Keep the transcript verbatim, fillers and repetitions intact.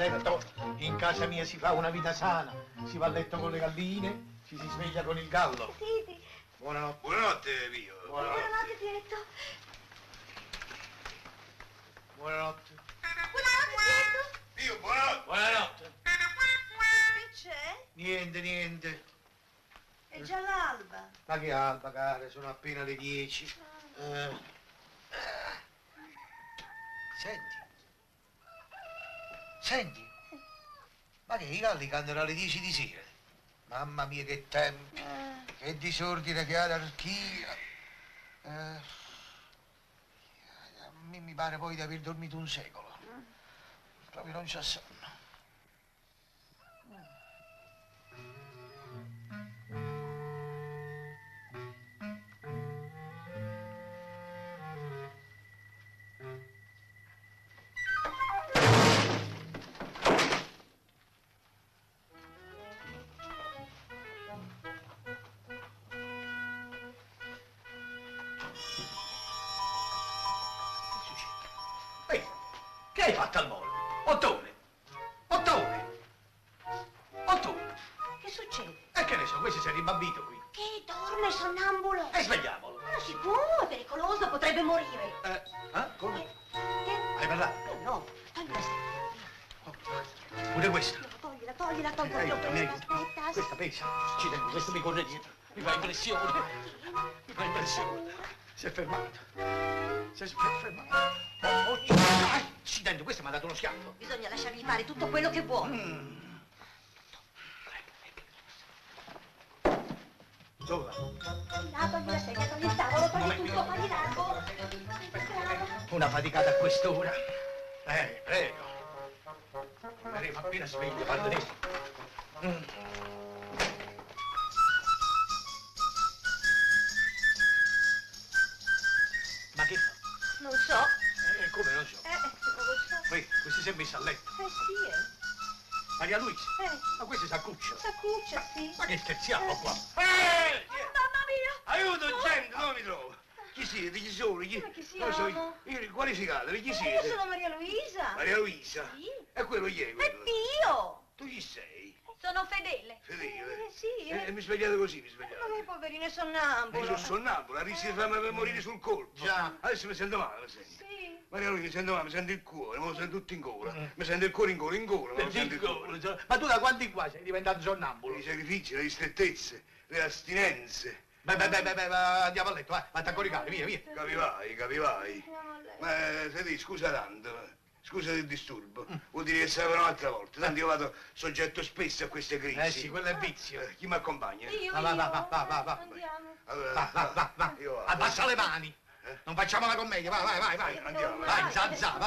letto, in casa mia si fa una vita sana, si va a letto con le galline, ci si sveglia con il gallo. Sì, sì. Buonanotte. Buonanotte, Pio. Buonanotte. Buonanotte, Pietro. Buonanotte. Buonanotte, Pietro. Pio, buonanotte. Buonanotte. Che c'è? Niente, niente. È già l'alba. Ma che alba, cara, sono appena le dieci. Eh. Eh. Senti. Senti. Ma che i galli cantano alle dieci di sera? Mamma mia, che tempi. Eh. Che disordine, che anarchia. Eh. A me mi pare poi di aver dormito un secolo. Proprio non c'è sonno. Ehi, che hai fatto al molo? Ottone! Ottone! Ottone! Che succede? E che ne so, questo si è rimbambito qui. Che dorme sonnambulo. E svegliamolo. Ma non si può, è pericoloso, potrebbe morire. Eh, eh? Come? Che? Hai parlato? Eh, no, togli questa. Oh, pure questa. No, toglila, toglila, toglila. Eh, aiuta, mi Aspetta, aiuta. aspetta. Questa pesa. Ci tengo, questo mi corre dietro. Mi fa impressione. Mi fa impressione. Si è fermato. Si è fermato. Oh, oh, accidenti, questo mi ha dato uno schiaffo. Bisogna lasciargli fare tutto quello che vuole. Mm. Dove va? Là, togli la sedia, togli il tavolo, togli Momento. tutto, fagli largo. Una faticata a quest'ora. Eh, prego. Saremo appena svegli, parleremo. Mm. Ma che fa? Non so. Eh, come non so? Eh, se non lo so. Poi, questo si è messo a letto. Eh sì, eh. Maria Luisa? Eh, Ma questo si accuccia. s'accuccia, sì. Ma che scherziamo qua? Eh! Mamma mia! Aiuto, gente, non mi trovo. Chi siete? Chi sono? Chi? Ma chi Non lo so siamo? io. Io qualificate, chi Eh, siete? io sono Maria Luisa. Maria Luisa? Sì. E quello chi è È quello? Pio. Tu chi sei? Sono fedele. Fedele? Eh, sì, E eh. mi svegliate così, mi Ma che svegliate. poverino è Ma sonnambulo. io sono sonnambulo, rischi di farmi per morire sul colpo. Già. Adesso mi sento male, mi sento. Sì. Maria Luisa, mi sento male, mi sento il cuore, me lo sento tutto in gola. Mi sento il cuore in gola, in gola, me lo sento il cuore. Ma tu da quanti qua sei diventato sonnambulo? I sacrifici, le ristrettezze, le astinenze. Beh, beh, beh, beh, beh, andiamo a letto, vai, vatti a coricare, via, via. Capivai, capivai. Andiamo a letto. Ma senti, scusa tanto, scusa del disturbo. Vuol dire che serve un'altra volta. Tanto io vado soggetto spesso a queste crisi. Eh sì, quello è vizio. Eh, chi mi accompagna? Io, Va, va, io. va, va, va, va, va. Andiamo. Allora, Va, va, va, va. Io vado. Abbassa le mani. Eh? Non facciamo la commedia, vai, vai, vai, vai. Andiamo. Vai, zanza, vai.